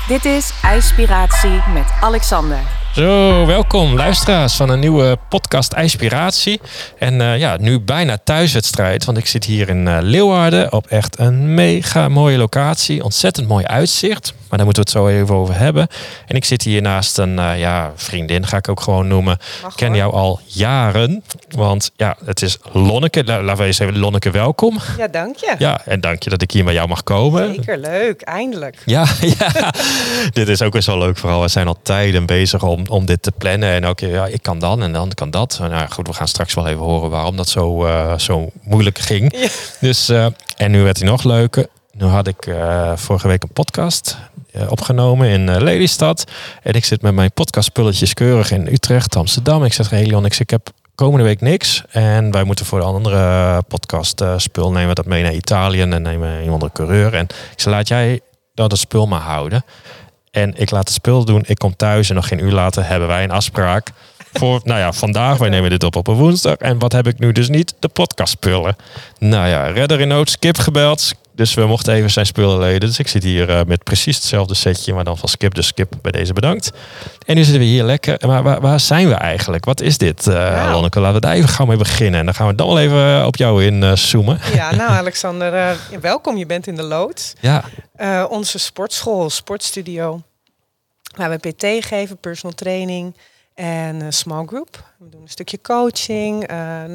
Dit is IJspiratie met Alexander. Zo, welkom luisteraars van een nieuwe podcast IJspiratie. En nu bijna thuiswedstrijd, want ik zit hier in Leeuwarden op echt een mega mooie locatie. Ontzettend mooi uitzicht, maar daar moeten we het zo even over hebben. En ik zit hier naast een vriendin, ga ik ook gewoon noemen. Ik ken jou al jaren, want het is Lonneke. Laten we eens even Lonneke, welkom. Ja, dank je. Ja, en dank je dat ik hier bij jou mag komen. Zeker, leuk, eindelijk. Ja. Dit is ook best wel leuk vooral. We zijn al tijden bezig om dit te plannen. En ook, ik kan dan en dan kan dat. Nou goed, we gaan straks wel even horen waarom dat zo moeilijk ging. Ja. Dus, en nu werd hij nog leuker. Nu had ik vorige week een podcast opgenomen in Lelystad. En ik zit met mijn podcastspulletjes keurig in Utrecht, Amsterdam. Ik zeg, hey Leon, ik heb komende week niks. En wij moeten voor de andere podcast spul nemen dat mee naar Italië. En nemen een andere coureur. En ik zei, laat jij dat spul maar houden. En ik laat het spul doen. Ik kom thuis en nog geen uur later hebben wij een afspraak. Voor, vandaag. Wij nemen dit op een woensdag. En wat heb ik nu dus niet? De podcastspullen. Redder in nood, Skip gebeld. Dus we mochten even zijn spullen lenen. Dus ik zit hier met precies hetzelfde setje, maar dan van Skip. Dus Skip, bij deze bedankt. En nu zitten we hier lekker. Maar waar zijn we eigenlijk? Wat is dit, Lonneke? Laten we daar even gauw mee beginnen. En dan gaan we dan wel even op jou inzoomen. Ja, Alexander, welkom. Je bent in de loods. Ja. Onze sportschool, sportstudio. Waar we PT geven, personal training en small group. We doen een stukje coaching.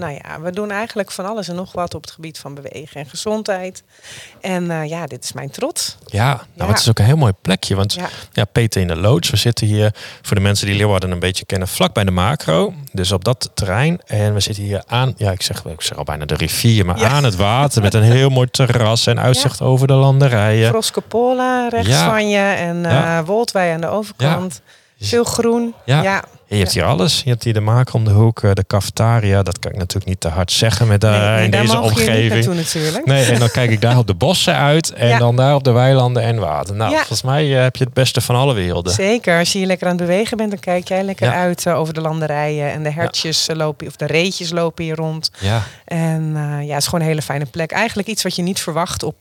We doen eigenlijk van alles en nog wat op het gebied van bewegen en gezondheid. En dit is mijn trots. Ja, het is ook een heel mooi plekje. Want PT in de loods. We zitten hier, voor de mensen die Leeuwarden een beetje kennen, vlak bij de macro. Dus op dat terrein. En we zitten hier aan, ik zeg al bijna de rivier, maar aan het water. Met een heel mooi terras en uitzicht over de landerijen. Froskepola rechts van je en Woldwij aan de overkant. Veel groen. Ja. Je hebt hier alles. Je hebt hier de macro om de hoek, de cafetaria. Dat kan ik natuurlijk niet te hard zeggen met in deze omgeving. Naartoe, natuurlijk. Nee, en dan kijk ik daar op de bossen uit en dan daar op de weilanden en water. Volgens mij heb je het beste van alle werelden. Zeker. Als je hier lekker aan het bewegen bent, dan kijk jij lekker uit over de landerijen. En de hertjes lopen, of de reetjes lopen hier rond. Ja. En het is gewoon een hele fijne plek. Eigenlijk iets wat je niet verwacht op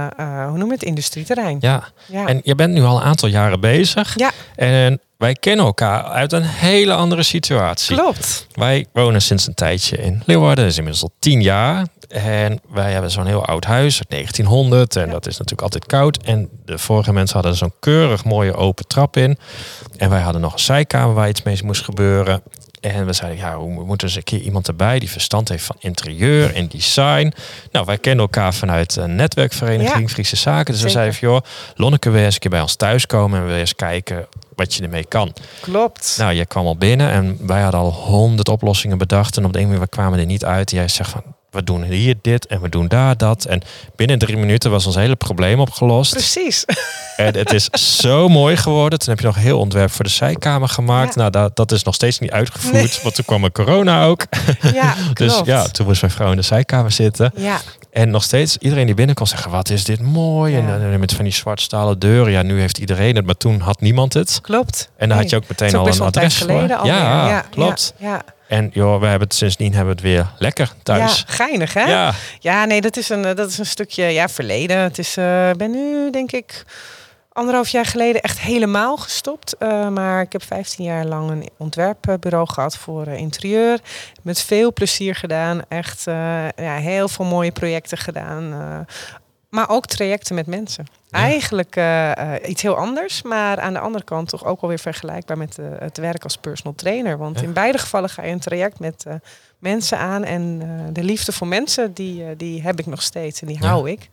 een, industrieterrein. Ja. En je bent nu al een aantal jaren bezig. Ja. En wij kennen elkaar uit een hele andere situatie. Klopt. Wij wonen sinds een tijdje in Leeuwarden. Dat is inmiddels al 10 jaar. En wij hebben zo'n heel oud huis uit 1900. En dat is natuurlijk altijd koud. En de vorige mensen hadden zo'n keurig mooie open trap in. En wij hadden nog een zijkamer waar iets mee moest gebeuren. En we zeiden, we moeten eens een keer iemand erbij die verstand heeft van interieur en design. Nou, wij kennen elkaar vanuit een netwerkvereniging Friese Zaken. Dus we zeiden, Lonneke, wil je eens een keer bij ons thuiskomen en we eens kijken wat je ermee kan. Klopt. Nou, jij kwam al binnen en wij hadden al 100 oplossingen bedacht. En op de een manier kwamen we er niet uit. En jij zegt van, we doen hier dit en we doen daar dat. En binnen 3 minuten was ons hele probleem opgelost. Precies. En het is zo mooi geworden. Toen heb je nog een heel ontwerp voor de zijkamer gemaakt. Ja. Nou, dat is nog steeds niet uitgevoerd. Want toen kwam er corona ook. Ja, dus toen moest mijn vrouw in de zijkamer zitten. Ja. En nog steeds, iedereen die binnenkomt zeggen, wat is dit mooi. Ja. En met van die zwartstalen deuren. Ja, nu heeft iedereen het, maar toen had niemand het. Klopt. En dan had je ook meteen al een adres voor. Ja, klopt. Ja. En we hebben het sindsdien weer lekker thuis. Ja, geinig hè? Ja, nee, dat is een stukje verleden. Het is, ben nu denk ik 1,5 jaar geleden echt helemaal gestopt. Maar ik heb 15 jaar lang een ontwerpbureau gehad voor interieur. Met veel plezier gedaan. Echt heel veel mooie projecten gedaan. Maar ook trajecten met mensen. Ja. Eigenlijk iets heel anders, maar aan de andere kant toch ook alweer vergelijkbaar met het werk als personal trainer. Want in beide gevallen ga je een traject met mensen aan en de liefde voor mensen, die heb ik nog steeds en die hou ik.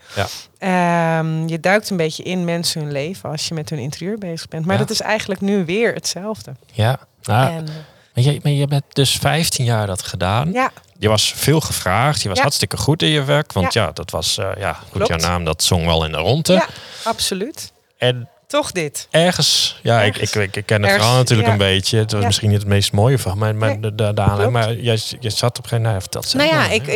Ja. Je duikt een beetje in mensen hun leven als je met hun interieur bezig bent. Maar dat is eigenlijk nu weer hetzelfde. Ja, maar je bent dus 15 jaar dat gedaan. Ja. Je was veel gevraagd. Je was hartstikke goed in je werk. Want dat was goed. Jouw naam, dat zong wel in de ronde. Ja, absoluut. En toch dit. Ergens. Ik ken het verhaal natuurlijk een beetje. Het was misschien niet het meest mooie van maar de aanleiding. Maar je zat op een gegeven moment, vertelt ze.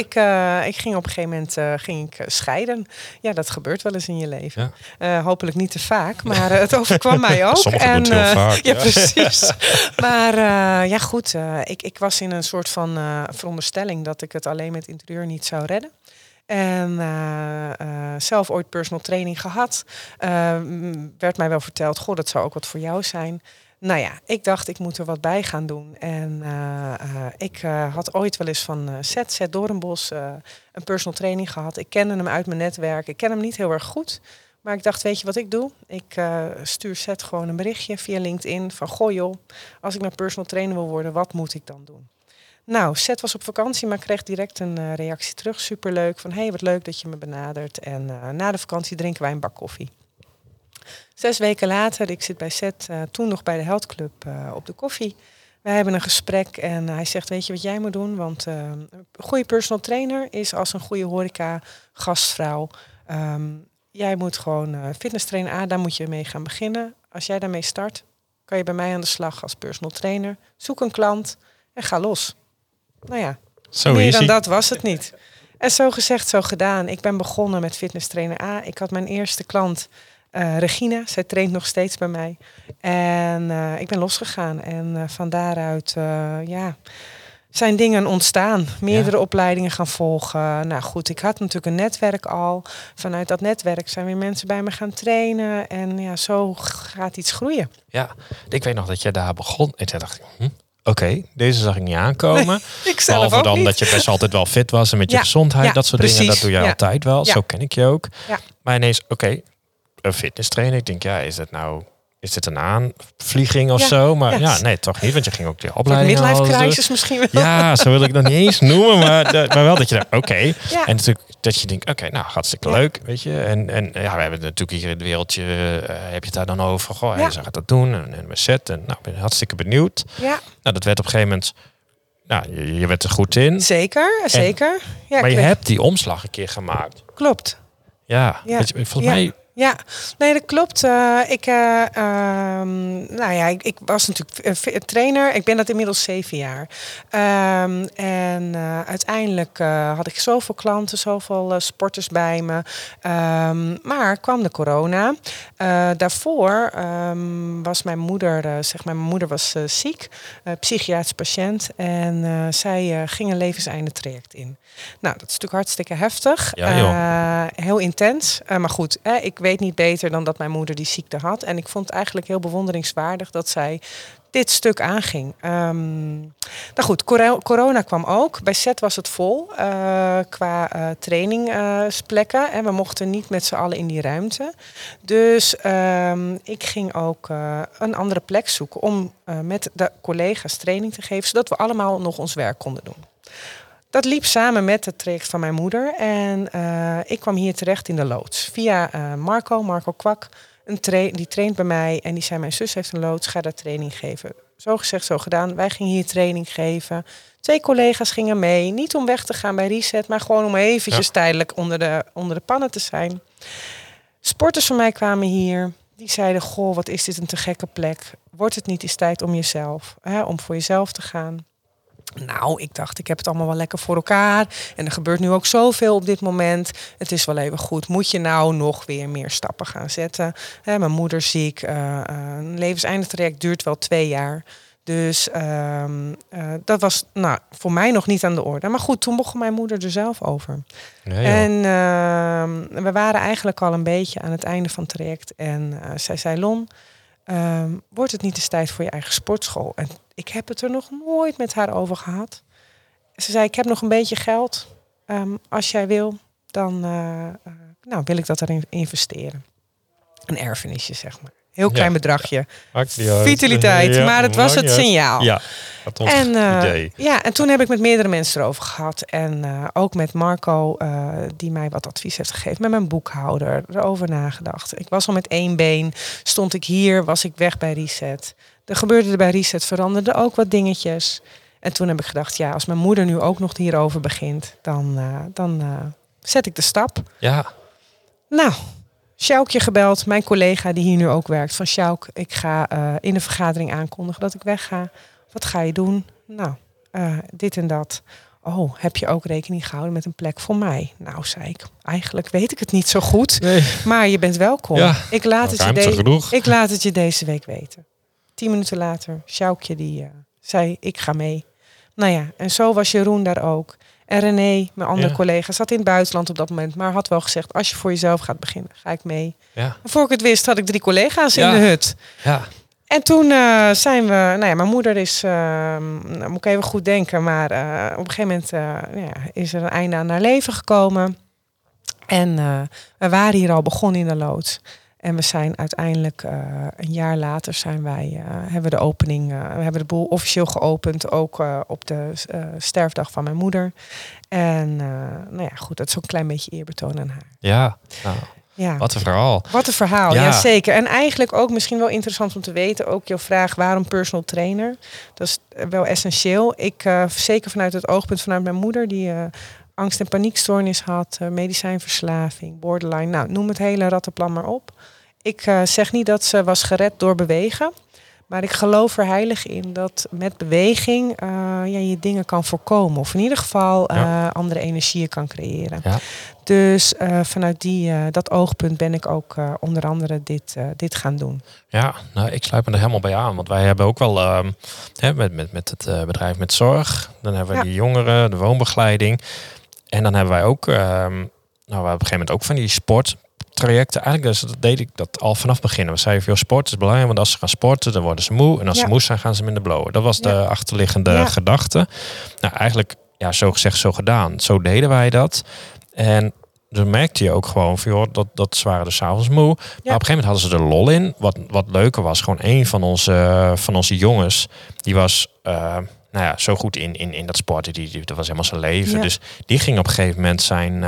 Ik ging op een gegeven moment scheiden. Ja, dat gebeurt wel eens in je leven. Ja. Hopelijk niet te vaak, maar het overkwam mij ook. Sommigen doen het heel vaak. Ja, precies. Maar ik was in een soort van veronderstelling dat ik het alleen met interieur niet zou redden. En zelf ooit personal training gehad. Werd mij wel verteld, goh, dat zou ook wat voor jou zijn. Nou ja, ik dacht, ik moet er wat bij gaan doen. En ik had ooit wel eens van Seth Doornbos een personal training gehad. Ik kende hem uit mijn netwerk. Ik ken hem niet heel erg goed. Maar ik dacht, weet je wat ik doe? Ik stuur Seth gewoon een berichtje via LinkedIn van, goh joh, als ik nou personal trainer wil worden, wat moet ik dan doen? Nou, Seth was op vakantie, maar kreeg direct een reactie terug. Superleuk, van hey, wat leuk dat je me benadert. En na de vakantie drinken wij een bak koffie. 6 weken later, ik zit bij Seth, toen nog bij de Health Club op de koffie. Wij hebben een gesprek en hij zegt, weet je wat jij moet doen? Want een goede personal trainer is als een goede horeca gastvrouw. Jij moet gewoon fitness trainen. Daar moet je mee gaan beginnen. Als jij daarmee start, kan je bij mij aan de slag als personal trainer. Zoek een klant en ga los. Nou ja, meer dan dat was het niet. En zo gezegd, zo gedaan. Ik ben begonnen met fitness trainer A. Ik had mijn eerste klant, Regina. Zij traint nog steeds bij mij. En ik ben losgegaan. En van daaruit zijn dingen ontstaan. Meerdere opleidingen gaan volgen. Nou goed, ik had natuurlijk een netwerk al. Vanuit dat netwerk zijn weer mensen bij me gaan trainen. En ja, zo gaat iets groeien. Ja, ik weet nog dat je daar begon. En toen dacht ik, oké, deze zag ik niet aankomen. Nee, ik zelf behalve ook dan niet. dat je best altijd wel fit was en met je gezondheid, dat soort dingen, dat doe jij altijd wel. Ja. Zo ken ik je ook. Ja. Maar ineens, een fitness trainer. Ik denk, is dit een aanvlieging of zo? Maar nee, toch niet, want je ging ook die opleiding. Midlife crisis misschien wel. Ja, zo wil ik dat niet eens noemen, maar wel dat je denkt, En natuurlijk dat je denkt, hartstikke leuk, weet je. En we hebben natuurlijk hier in het wereldje, heb je het daar dan over? Goh, hij gaat dat doen en we Seth. En ben hartstikke benieuwd. Ja. Nou, dat werd op een gegeven moment, je werd er goed in. Zeker. Ja, maar je hebt die omslag een keer gemaakt. Klopt. Ja. Weet je, volgens mij... Ja, nee, dat klopt. Ik was natuurlijk trainer. Ik ben dat inmiddels 7 jaar. Uiteindelijk had ik zoveel klanten, zoveel sporters bij me. Maar kwam de corona. Daarvoor was mijn moeder, mijn moeder was ziek, psychiatrisch patiënt. En zij ging een levenseinde traject in. Nou, dat is natuurlijk hartstikke heftig. Heel intens. Maar goed, ik weet niet beter dan dat mijn moeder die ziekte had. En ik vond het eigenlijk heel bewonderingswaardig dat zij dit stuk aanging. Nou goed, corona kwam ook. Bij Seth was het vol qua trainingsplekken. En we mochten niet met z'n allen in die ruimte. Dus ik ging ook een andere plek zoeken om met de collega's training te geven, zodat we allemaal nog ons werk konden doen. Dat liep samen met het traject van mijn moeder. En ik kwam hier terecht in de loods. Via Marco Kwak. Die traint bij mij. En die zei, mijn zus heeft een loods. Ga daar training geven. Zo gezegd, zo gedaan. Wij gingen hier training geven. 2 collega's gingen mee. Niet om weg te gaan bij Reset. Maar gewoon om eventjes tijdelijk onder de pannen te zijn. Sporters van mij kwamen hier. Die zeiden, goh, wat is dit een te gekke plek. Wordt het niet eens tijd om jezelf, om voor jezelf te gaan? Nou, ik dacht, ik heb het allemaal wel lekker voor elkaar. En er gebeurt nu ook zoveel op dit moment. Het is wel even goed. Moet je nou nog weer meer stappen gaan zetten? Mijn moeder ziek. Een levenseinde traject duurt wel 2 jaar. Dus dat was voor mij nog niet aan de orde. Maar goed, toen begon mijn moeder er zelf over. Nee, en we waren eigenlijk al een beetje aan het einde van het traject. En zij zei, Lon, wordt het niet eens tijd voor je eigen sportschool? En ik heb het er nog nooit met haar over gehad. Ze zei, ik heb nog een beetje geld. Als jij wil, dan wil ik dat erin investeren. Een erfenisje, zeg maar. Heel klein bedragje. Vitaliteit, maar het was het signaal. Ja, dat ons idee. Ja, en toen heb ik met meerdere mensen erover gehad. En ook met Marco, die mij wat advies heeft gegeven. Met mijn boekhouder, erover nagedacht. Ik was al met 1 been. Stond ik hier, was ik weg bij Reset. Er gebeurde bij Reset, veranderden ook wat dingetjes. En toen heb ik gedacht, als mijn moeder nu ook nog hierover begint, dan zet ik de stap. Ja. Nou, Sjoukje gebeld, mijn collega die hier nu ook werkt. Van Sjouk, ik ga in de vergadering aankondigen dat ik wegga. Wat ga je doen? Nou, dit en dat. Oh, heb je ook rekening gehouden met een plek voor mij? Nou, zei ik, eigenlijk weet ik het niet zo goed. Nee. Maar je bent welkom. Ja, ik laat het je deze week weten. 10 minuten later, Sjoukje die zei, ik ga mee. Nou ja, en zo was Jeroen daar ook. En René, mijn andere collega, zat in het buitenland op dat moment. Maar had wel gezegd, als je voor jezelf gaat beginnen, ga ik mee. Ja. En voor ik het wist, had ik 3 collega's in de hut. Ja. En toen zijn we... Nou ja, mijn moeder is... moet ik even goed denken. Maar op een gegeven moment is er een einde aan haar leven gekomen. En we waren hier al begonnen in de loods. En we zijn uiteindelijk een jaar later hebben we de opening... we hebben de boel officieel geopend. Ook op de sterfdag van mijn moeder. En nou ja, goed, dat is ook een klein beetje eerbetoon aan haar. Ja, nou, ja. Wat een verhaal. Wat een verhaal, ja zeker. En eigenlijk ook misschien wel interessant om te weten... ook jouw vraag, waarom personal trainer? Dat is wel essentieel. Ik, zeker vanuit het oogpunt vanuit mijn moeder... die angst- en paniekstoornis had, medicijnverslaving, borderline... nou, noem het hele rattenplan maar op. Ik zeg niet dat ze was gered door bewegen... maar ik geloof er heilig in dat met beweging je dingen kan voorkomen. Of in ieder geval andere energieën kan creëren. Ja. Dus vanuit dat oogpunt ben ik ook onder andere dit gaan doen. Ja, nou, ik sluit me er helemaal bij aan. Want wij hebben ook wel met het bedrijf met zorg. Dan hebben we die jongeren, de woonbegeleiding. En dan hebben wij ook we hebben op een gegeven moment ook van die sporttrajecten. Eigenlijk deed ik dat al vanaf het begin. We zeiden veel sport is belangrijk, want als ze gaan sporten, dan worden ze moe. En als ze moe zijn, gaan ze minder blowen. Dat was de achterliggende gedachte. Nou, eigenlijk, zo gezegd, zo gedaan. Zo deden wij dat. En dan merkte je ook gewoon van, dat ze waren dus 's avonds moe. Maar op een gegeven moment hadden ze er lol in. Wat leuker was, gewoon een van onze jongens, die was zo goed in dat sport. Dat was helemaal zijn leven. Ja. Dus die ging op een gegeven moment zijn...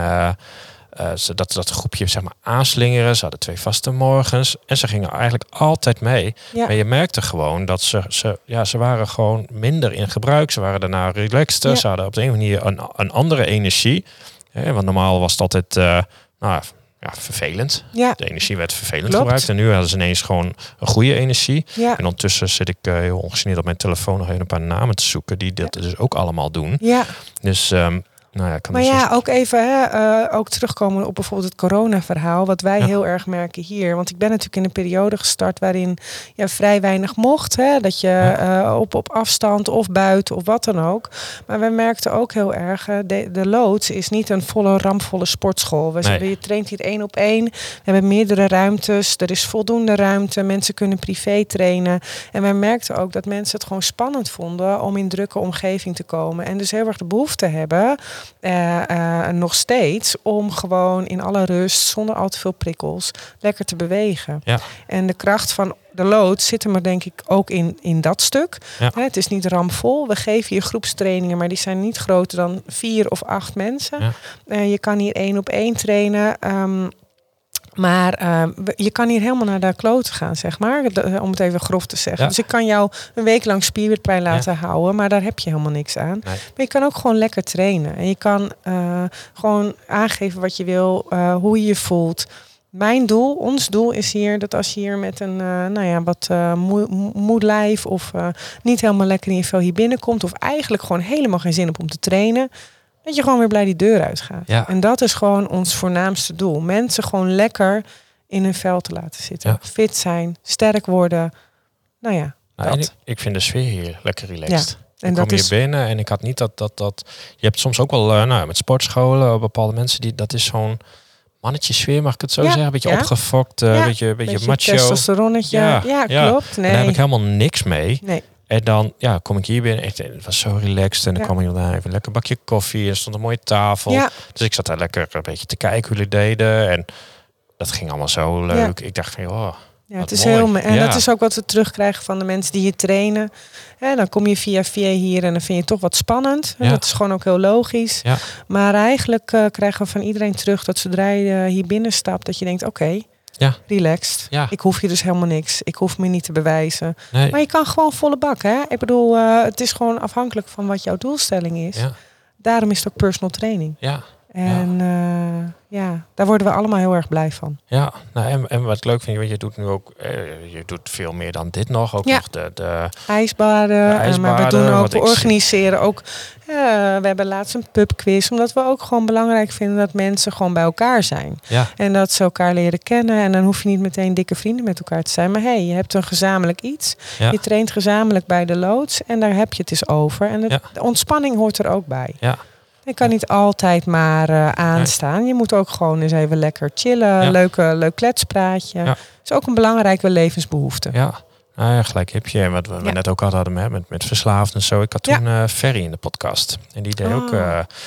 dat groepje zeg maar aanslingeren. Ze hadden 2 vaste morgens. En ze gingen eigenlijk altijd mee. Ja. Maar je merkte gewoon dat ze waren gewoon minder in gebruik. Ze waren daarna relaxter. Ja. Ze hadden op de een manier een andere energie. Want normaal was het altijd vervelend. Ja. De energie werd vervelend gebruikt. En nu hadden ze ineens gewoon een goede energie. Ja. En ondertussen zit ik heel ongegeneerd op mijn telefoon nog even een paar namen te zoeken. Die dat dus ook allemaal doen. Ja. Dus... ook even ook terugkomen op bijvoorbeeld het corona-verhaal. Wat wij heel erg merken hier. Want ik ben natuurlijk in een periode gestart waarin vrij weinig mocht. Hè? Dat je op afstand of buiten of wat dan ook. Maar we merkten ook heel erg, de loods is niet een ramvolle sportschool. Je traint hier 1 op 1. We hebben meerdere ruimtes. Er is voldoende ruimte. Mensen kunnen privé trainen. En wij merkten ook dat mensen het gewoon spannend vonden om in drukke omgeving te komen. En dus heel erg de behoefte hebben... nog steeds om gewoon in alle rust, zonder al te veel prikkels, lekker te bewegen. Ja. En de kracht van de loods zit er maar denk ik ook in dat stuk. Ja. Het is niet ramvol. We geven je groepstrainingen, maar die zijn niet groter dan 4 of 8 mensen. Ja. Je kan hier 1 op 1 trainen. Maar je kan hier helemaal naar de kloten gaan, zeg maar. Om het even grof te zeggen. Ja. Dus ik kan jou een week lang spierpijn laten houden. Maar daar heb je helemaal niks aan. Nee. Maar je kan ook gewoon lekker trainen. En je kan gewoon aangeven wat je wil. Hoe je je voelt. Mijn doel, ons doel is hier dat als je hier met een wat moe lijf. Of niet helemaal lekker in je vel hier binnenkomt. Of eigenlijk gewoon helemaal geen zin hebt om te trainen. Dat je gewoon weer blij die deur uitgaat. Ja. En dat is gewoon ons voornaamste doel. Mensen gewoon lekker in hun vel te laten zitten. Ja. Fit zijn, sterk worden. Dat. Ik vind de sfeer hier lekker relaxed. Ja. En ik kom hier binnen en ik had niet dat... Je hebt soms ook wel met sportscholen, bepaalde mensen, dat is zo'n mannetjesfeer, mag ik het zo zeggen? Een beetje opgefokt, een beetje macho. Testosteronnetje. Ja, klopt. Nee. Daar heb ik helemaal niks mee. Nee. En dan kom ik hier binnen. Het was zo relaxed. En dan kwam ik daar even een lekker bakje koffie. Er stond een mooie tafel. Ja. Dus ik zat daar lekker een beetje te kijken hoe jullie deden. En dat ging allemaal zo leuk. Ja. Ik dacht van, het is heel en dat is ook wat we terugkrijgen van de mensen die je trainen. Dan kom je via hier en dan vind je het toch wat spannend. Ja. Dat is gewoon ook heel logisch. Ja. Maar eigenlijk krijgen we van iedereen terug dat zodra je hier binnen stapt, dat je denkt, oké. Ja. Relaxed. Ja. Ik hoef je dus helemaal niks. Ik hoef me niet te bewijzen. Nee. Maar je kan gewoon volle bak. Hè? Ik bedoel, het is gewoon afhankelijk van wat jouw doelstelling is. Ja. Daarom is het ook personal training. Ja. En daar worden we allemaal heel erg blij van. Ja, en wat ik leuk vind, je doet nu ook, je doet veel meer dan dit nog. Ook nog de ijsbaden. Maar we doen ook, we organiseren ook. We hebben laatst een pubquiz, omdat we ook gewoon belangrijk vinden dat mensen gewoon bij elkaar zijn. Ja. En dat ze elkaar leren kennen. En dan hoef je niet meteen dikke vrienden met elkaar te zijn. Maar je hebt een gezamenlijk iets. Ja. Je traint gezamenlijk bij de loods en daar heb je het eens over. En de ontspanning hoort er ook bij. Ja. Je kan niet altijd maar aanstaan. Nee. Je moet ook gewoon eens even lekker chillen. Leuk kletspraatje. Ja. Dat is ook een belangrijke levensbehoefte. Ja. Nou ja, gelijk heb je. En wat we net ook hadden met verslaafd en zo. Ik had toen Ferry in de podcast. En die deed ook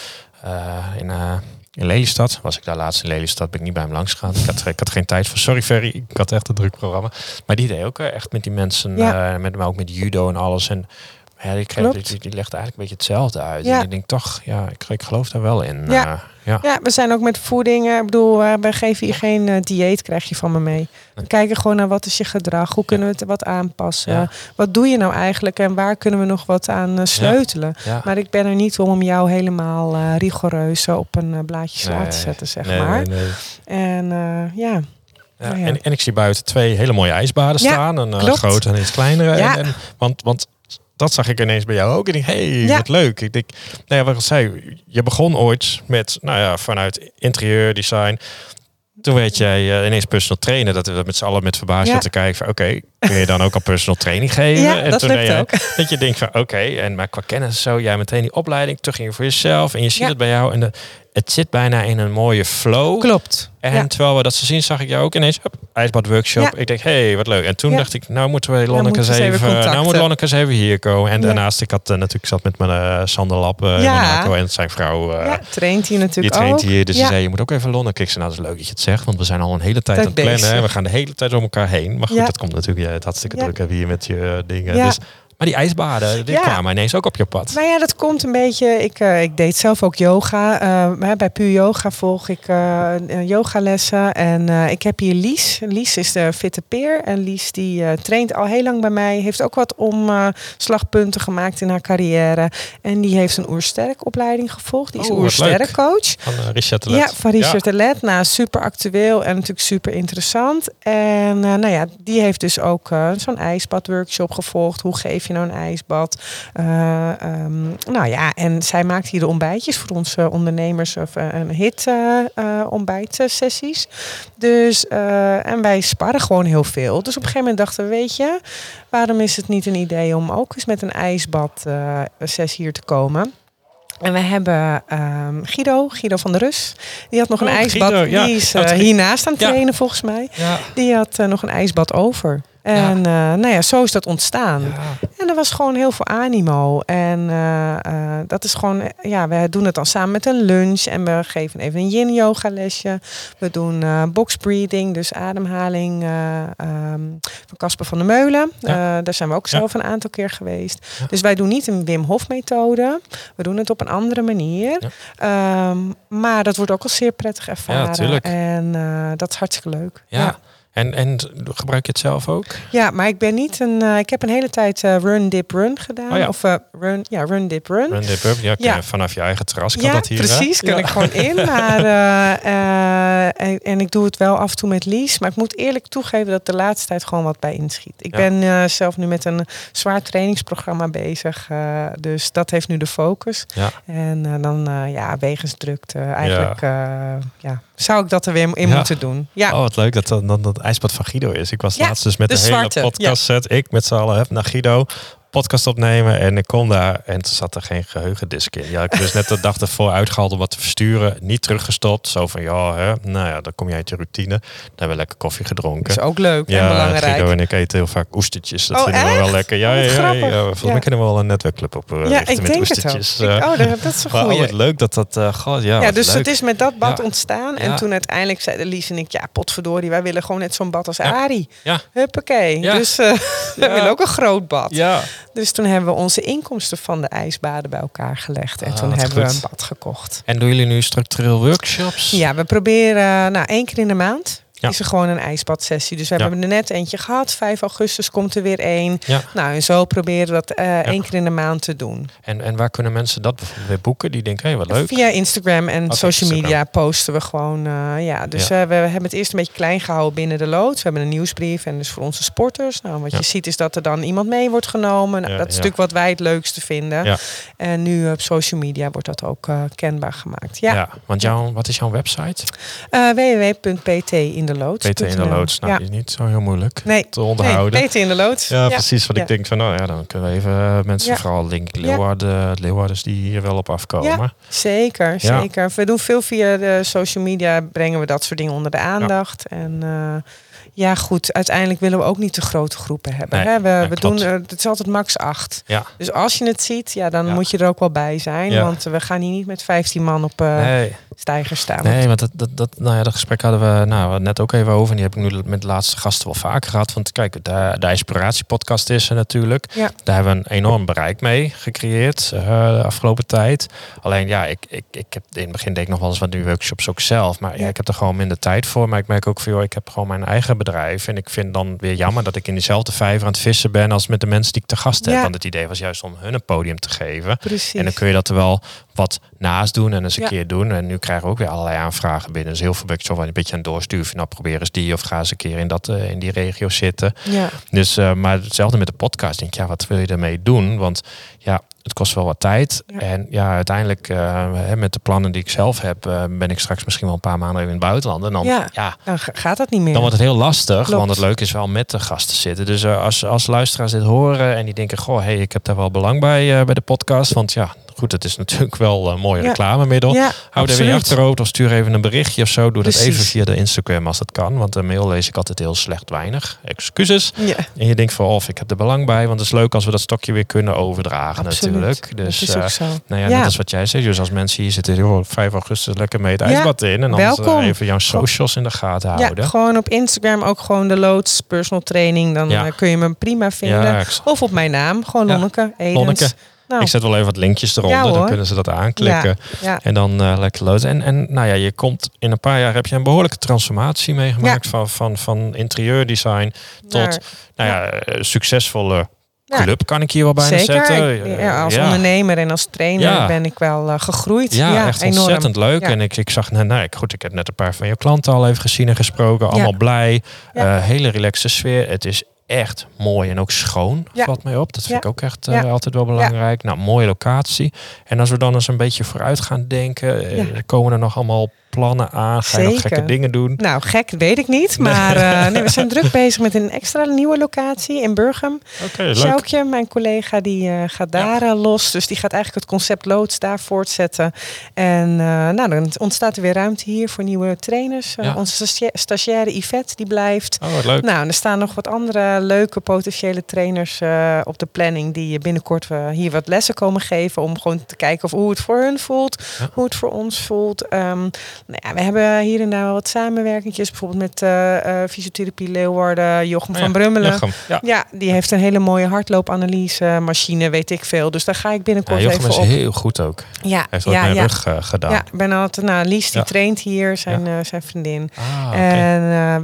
in Lelystad. Was ik daar laatst in Lelystad, ben ik niet bij hem langs gegaan. Ik had geen tijd voor. Sorry Ferry, ik had echt een druk programma. Maar die deed ook echt met die mensen, maar ook met judo en alles. En die legde eigenlijk een beetje hetzelfde uit. En ik denk toch, ik geloof daar wel in. Ja, we zijn ook met voeding. Ik bedoel, we geven hier geen dieet, krijg je van me mee. We kijken gewoon naar wat is je gedrag. Hoe kunnen we het wat aanpassen? Ja. Wat doe je nou eigenlijk? En waar kunnen we nog wat aan sleutelen? Ja. Maar ik ben er niet om jou helemaal rigoureus op een blaadje sla te zetten, zeg maar. Nee. En Ja, en ik zie buiten 2 hele mooie ijsbaden staan. Een grote en iets kleinere. Ja. Want dat zag ik ineens bij jou ook. En ik denk, wat leuk. Ik denk, wat ik zei, je begon ooit met, vanuit interieur design. Toen werd jij ineens personal trainer. Dat we met z'n allen met verbazing te kijken van, oké, kun je dan ook al personal training geven? Ja, en dat toen lukt ook. Dat je denkt van, maar qua kennis zo, jij meteen die opleiding, terug ging je voor jezelf. En je ziet het bij jou. En het zit bijna in een mooie flow. Klopt. En terwijl we dat ze zien, zag ik jou ook ineens ijsbadworkshop. Ja. Ik denk, wat leuk. En toen dacht ik, nou moeten we Lonneke eens even hier komen. En daarnaast, ik had natuurlijk zat met mijn Sander Lap Monaco en zijn vrouw. Traint hier natuurlijk ook. Die traint hier, dus ze zei, je moet ook even Lonneke. Ik zei, nou, dat is leuk dat je het zegt, want we zijn al een hele tijd aan het plannen. Hè. We gaan de hele tijd om elkaar heen. Maar goed, dat komt natuurlijk het hartstikke druk hebben hier met je dingen. Ja. Dus, maar die ijsbaden, die kwamen ineens ook op je pad. Nou ja, dat komt een beetje. Ik deed zelf ook yoga. Bij Puur Yoga volg ik yogalessen. En ik heb hier Lies. Lies is de fitte peer. En Lies die traint al heel lang bij mij. Heeft ook wat omslagpunten gemaakt in haar carrière. En die heeft een Oersterk opleiding gevolgd. Die is Oersterk coach. Van Richard de Let. Ja, van Richard de Let. Nou, super actueel en natuurlijk super interessant. En die heeft dus ook zo'n ijsbadworkshop gevolgd. Hoe geef je nou een ijsbad? En zij maakt hier de ontbijtjes voor onze ondernemers of een hit ontbijtsessies. Dus en wij sparren gewoon heel veel. Dus op een gegeven moment dachten we, weet je, waarom is het niet een idee om ook eens met een ijsbad sessie hier te komen? En we hebben Guido van der Rus. Die had nog een ijsbad. Guido, die is hiernaast aan het trainen volgens mij. Ja. Die had nog een ijsbad over. En zo is dat ontstaan. Ja. En er was gewoon heel veel animo. En dat is gewoon, we doen het dan samen met een lunch. En we geven even een yin yoga lesje. We doen box breathing, dus ademhaling van Casper van der Meulen. Ja. Daar zijn we ook zelf een aantal keer geweest. Ja. Dus wij doen niet een Wim Hof methode. We doen het op een andere manier. Ja. Maar dat wordt ook al zeer prettig ervaren. Ja, en dat is hartstikke leuk. Ja. En gebruik je het zelf ook? Ja, maar ik ben niet ik heb een hele tijd run, dip, run gedaan. Oh ja. Of run, dip, run. Run, dip, run. Ja, vanaf je eigen terras kan dat hier. Precies, kan ik gewoon in. Maar, en ik doe het wel af en toe met Lies. Maar ik moet eerlijk toegeven dat de laatste tijd gewoon wat bij inschiet. Ik ben zelf nu met een zwaar trainingsprogramma bezig. Dus dat heeft nu de focus. Ja. En dan wegens drukte eigenlijk... zou ik dat er weer in moeten doen. Ja. Oh, wat leuk dat dat ijsbad van Guido is. Ik was laatst dus met de hele podcast set. Ik met z'n allen naar Guido podcast opnemen en ik kom daar en er zat er geen geheugendisk in. Ja, ik heb dus net de dag ervoor uitgehaald om wat te versturen. Niet teruggestopt. Zo van dan kom je uit je routine. Dan hebben we lekker koffie gedronken. Dat is ook leuk en belangrijk. Guido en ik eten heel vaak oestertjes. Dat vinden we wel lekker. Ja. Volgens mij kunnen we wel een netwerkclub op richten met oestertjes. Dat is een goeie. Wat leuk dat dus leuk. Het is met dat bad ontstaan. En toen uiteindelijk zeiden Lies en ik, potverdorie, wij willen gewoon net zo'n bad als Arie. Ja. Huppakee. Ja. Dus we willen ook een groot bad. Ja. Dus toen hebben we onze inkomsten van de ijsbaden bij elkaar gelegd. En toen hebben we een bad gekocht. En doen jullie nu structureel workshops? Ja, we proberen 1 keer in de maand. Is er gewoon een ijsbadsessie. Dus we hebben er net eentje gehad. 5 augustus komt er weer 1. Ja. Nou, en zo proberen we dat 1 keer in de maand te doen. En waar kunnen mensen dat bijvoorbeeld weer boeken? Die denken, wat leuk. Via Instagram en social media posten we gewoon. Dus we hebben het eerst een beetje klein gehouden binnen de loods. We hebben een nieuwsbrief en dus voor onze sporters. Nou, wat je ziet is dat er dan iemand mee wordt genomen. Nou, dat is natuurlijk wat wij het leukste vinden. Ja. En nu op social media wordt dat ook kenbaar gemaakt. Ja, want wat is jouw website? www.ptindeloods.nl de loods. Peter in de loods. Nou, die is niet zo heel moeilijk te onderhouden. Nee, Peter in de loods. Ja, precies. Want ik denk van, dan kunnen we even mensen, vooral denk ik Leeuwarders die hier wel op afkomen. Ja, zeker. We doen veel via de social media, brengen we dat soort dingen onder de aandacht. Ja. En goed, uiteindelijk willen we ook niet te grote groepen hebben. Nee, hè? We doen, het is altijd max 8. Ja. Dus als je het ziet, dan moet je er ook wel bij zijn. Ja. Want we gaan hier niet met 15 man op steiger staan. Nee, want dat gesprek hadden we net ook even over. En die heb ik nu met de laatste gasten wel vaker gehad. Want kijk, de Inspiratiepodcast is er natuurlijk. Ja. Daar hebben we een enorm bereik mee gecreëerd de afgelopen tijd. Alleen ik heb in het begin deed ik nog wel eens wat nu workshops ook zelf. Maar ik heb er gewoon minder tijd voor. Maar ik merk ook van, ik heb gewoon mijn eigen bedrijf. En ik vind dan weer jammer dat ik in diezelfde vijver aan het vissen ben als met de mensen die ik te gast heb. Want het idee was juist om hun een podium te geven. Precies. En dan kun je dat er wel wat naast doen en eens een keer doen. En nu krijgen we ook weer allerlei aanvragen binnen. Dus heel veel ben ik zo wel een beetje aan het doorsturen. Nou, probeer eens die of ga eens een keer in die regio zitten. Ja. Dus, maar hetzelfde met de podcast. Denk wat wil je ermee doen? Want het kost wel wat tijd. Ja. En uiteindelijk met de plannen die ik zelf heb, ben ik straks misschien wel een paar maanden even in het buitenland. En dan gaat dat niet meer. Dan wordt het heel lastig. Klopt. Want het leuke is wel met de gasten zitten. Dus als luisteraars dit horen en die denken, ik heb daar wel belang bij de podcast. Want goed, het is natuurlijk wel een mooie reclamemiddel. Ja, hou er weer achterhoofd of stuur even een berichtje of zo. Doe dat even via de Instagram als dat kan. Want de mail lees ik altijd heel slecht weinig. Excuses. Ja. En je denkt van, ik heb er belang bij. Want het is leuk als we dat stokje weer kunnen overdragen natuurlijk. Dus dat is ook zo. Net als wat jij zei. Dus als mensen hier zitten, 5 augustus lekker mee het ijsbad in. En dan even jouw socials in de gaten houden. Ja, gewoon op Instagram ook gewoon de Loods personal training. Dan kun je me prima vinden. Ja, of op mijn naam. Gewoon Lonneke Edens. Lonneke. Nou. Ik zet wel even wat linkjes eronder, dan kunnen ze dat aanklikken. Ja. En dan lekker loten. En je komt in een paar jaar heb je een behoorlijke transformatie meegemaakt van interieurdesign tot succesvolle club kan ik hier wel bijna zetten. Ja, als ondernemer en als trainer ben ik wel gegroeid. Ja, echt enorm. Ontzettend leuk. Ja. En ik zag, ik heb net een paar van je klanten al even gezien en gesproken. Allemaal blij. Hele relaxe sfeer. Het is echt mooi en ook schoon, valt mij op. Dat vind ik ook echt altijd wel belangrijk. Nou, mooie locatie. En als we dan eens een beetje vooruit gaan denken, komen er nog allemaal plannen aan? Ga je nog gekke dingen doen? Nou, gek weet ik niet. Maar we zijn druk bezig met een extra nieuwe locatie in Burgum. Sjoukje, mijn collega, die gaat daar los. Dus die gaat eigenlijk het concept Loods daar voortzetten. En dan ontstaat er weer ruimte hier voor nieuwe trainers. Onze stagiaire Yvette, die blijft. Oh, wat leuk. Nou, er staan nog wat andere leuke potentiële trainers op de planning die binnenkort hier wat lessen komen geven. Om gewoon te kijken hoe het voor hun voelt. Hoe het voor ons voelt. We hebben hier en daar wat samenwerkingjes. Bijvoorbeeld met Fysiotherapie Leeuwarden, Jochem van Brummelen. Die heeft een hele mooie hardloopanalyse machine, weet ik veel. Dus daar ga ik binnenkort even op. Jochem is heel goed goed ook. Ja, heeft ook mijn rug gedaan. Ja, ik ben altijd, Lies die traint hier, zijn vriendin. Okay. En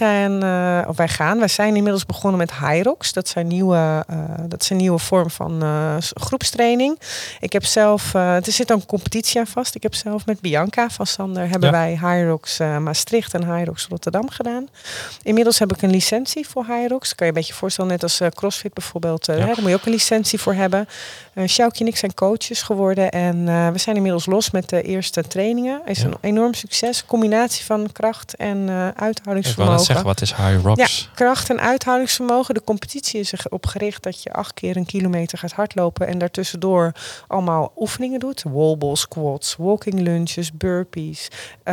wij zijn inmiddels begonnen met Hyrox. Dat is een nieuwe vorm van groepstraining. Ik heb zelf, er zit een competitie aan vast. Ik heb zelf met Bianca van Sander hebben wij Hyrox Maastricht en Hyrox Rotterdam gedaan. Inmiddels heb ik een licentie voor Hyrox. Dat kan je een beetje voorstellen, net als CrossFit bijvoorbeeld. Daar moet je ook een licentie voor hebben. Sjoukje en ik zijn coaches geworden. En we zijn inmiddels los met de eerste trainingen. Het is een enorm succes. Combinatie van kracht en uithoudingsvermogen. Ik wil net zeggen, wat is Hyrox? Ja, kracht en uithoudingsvermogen. De competitie is erop gericht dat je 8 keer een kilometer gaat hardlopen. En daartussendoor allemaal oefeningen doet. Wallball squats, walking lunges, burpees.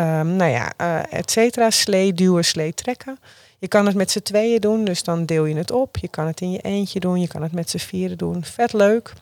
Et cetera. Slee duwen, slee trekken. Je kan het met z'n tweeën doen, dus dan deel je het op. Je kan het in je eentje doen, je kan het met z'n vieren doen. Vet leuk.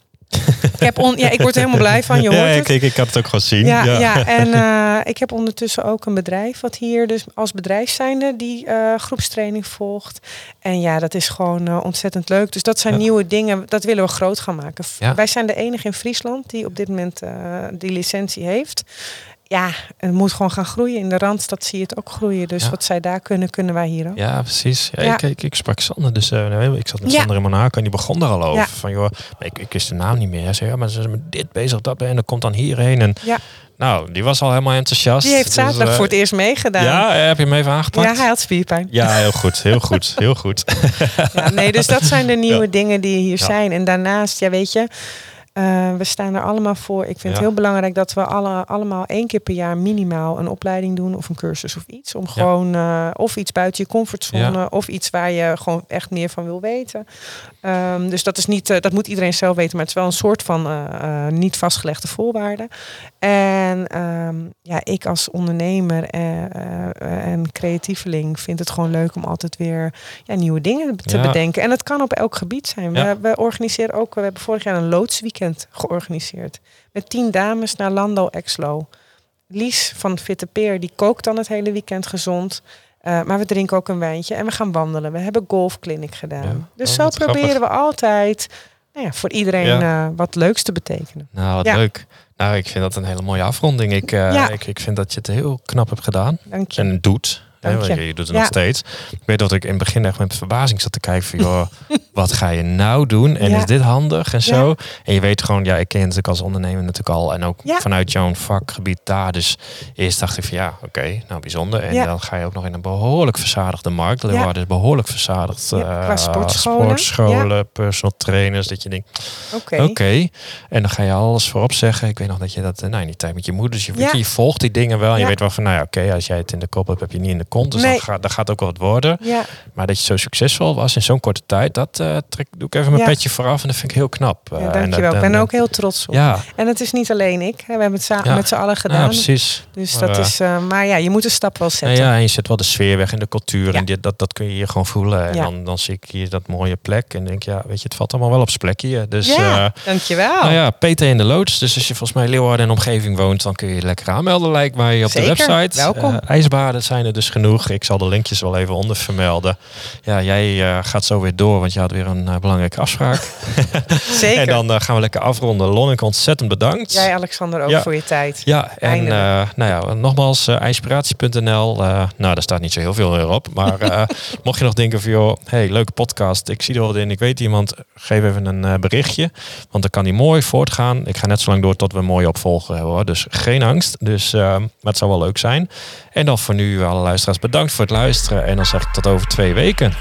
Ik word er helemaal blij van, je hoort het. Ik had het ook gezien. En ik heb ondertussen ook een bedrijf wat hier dus als bedrijf zijnde die groepstraining volgt. En dat is gewoon ontzettend leuk. Dus dat zijn nieuwe dingen, dat willen we groot gaan maken. Ja. Wij zijn de enige in Friesland die op dit moment die licentie heeft. Ja, het moet gewoon gaan groeien. In de Randstad zie je het ook groeien. Dus wat zij daar kunnen, kunnen wij hier ook. Ja, precies. Ik sprak Sander. Dus ik zat met Sander in Monaco en die begon daar al over. Van joh, ik wist de naam niet meer. Hij zei, maar ze zijn met dit bezig, dat en dan komt dan hierheen. En nou, die was al helemaal enthousiast. Die heeft zaterdag voor het eerst meegedaan. Ja, heb je hem even aangepakt? Ja, hij had spierpijn. Ja, heel goed. Dus dat zijn de nieuwe dingen die hier zijn. En daarnaast, weet je, We staan er allemaal voor. Ik vind het heel belangrijk dat we allemaal 1 keer per jaar minimaal een opleiding doen of een cursus of iets. Om gewoon of iets buiten je comfortzone of iets waar je gewoon echt meer van wil weten. Dus dat is niet, dat moet iedereen zelf weten, maar het is wel een soort van niet vastgelegde voorwaarden. En ik als ondernemer en creatieveling vind het gewoon leuk om altijd weer nieuwe dingen te bedenken. En het kan op elk gebied zijn. Ja. We organiseren ook, we hebben vorig jaar een loodsweekend georganiseerd. Met 10 dames naar Lando Exlo. Lies van Fitte Peer, die kookt dan het hele weekend gezond. Maar we drinken ook een wijntje en we gaan wandelen. We hebben golfclinic gedaan. Ja. Dus zo proberen we altijd voor iedereen wat leuks te betekenen. Nou, wat leuk. Nou, ik vind dat een hele mooie afronding. Ik vind dat je het heel knap hebt gedaan. Dank je. En doet. Je doet het nog steeds. Ik weet dat ik in het begin echt met verbazing zat te kijken van, joh, wat ga je nou doen? En is dit handig en zo? En je weet gewoon, ik ken je natuurlijk als ondernemer natuurlijk al. En ook vanuit jouw vakgebied daar. Dus eerst dacht ik van, oké, nou bijzonder. En dan ga je ook nog in een behoorlijk verzadigde markt. Leeuwarden is behoorlijk verzadigd. Qua sportscholen, personal trainers. Dat je denkt, oké. En dan ga je alles voorop zeggen. Ik weet nog dat je dat in die tijd met je moeder. Dus je volgt die dingen wel. En je weet wel van, als jij het in de kop hebt, heb je niet in de kont. Dus dan gaat ook wel wat worden. Ja. Maar dat je zo succesvol was in zo'n korte tijd, dat doe ik even mijn petje vooraf. En dat vind ik heel knap. Dankjewel. Ik ben er ook heel trots op. Ja. En het is niet alleen ik. We hebben het samen met z'n allen gedaan. Ja, precies. Dus dat is... maar je moet een stap wel zetten. En je zet wel de sfeer weg in de cultuur. En dat kun je hier gewoon voelen. En dan zie ik hier dat mooie plek. En denk weet je, het valt allemaal wel op zijn plek hier. Dus, dankjewel. Peter in de Loods. Dus als je volgens mij Leeuwarden en omgeving woont, dan kun je lekker aanmelden, lijkt mij, op de website. Welkom. IJsbaden zijn er dus genoeg. Ik zal de linkjes wel even onder vermelden. Ja, jij gaat zo weer door, want je had weer een belangrijke afspraak. Zeker. En dan gaan we lekker afronden. Lonneke, ontzettend bedankt. Jij, Alexander, ook voor je tijd. Ja, en nogmaals, inspiratie.nl. Daar staat niet zo heel veel meer op. Maar mocht je nog denken van, joh, leuke podcast. Ik zie er wat in. Ik weet iemand. Geef even een berichtje. Want dan kan die mooi voortgaan. Ik ga net zo lang door tot we een mooie opvolger hebben, hoor. Dus geen angst. Dus, maar het zou wel leuk zijn. En dan voor nu, alle luisteraars, bedankt voor het luisteren. En dan zeg ik tot over 2 weken.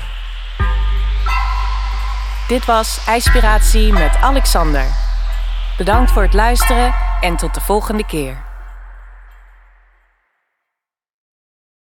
Dit was IJspiratie met Alexander. Bedankt voor het luisteren en tot de volgende keer.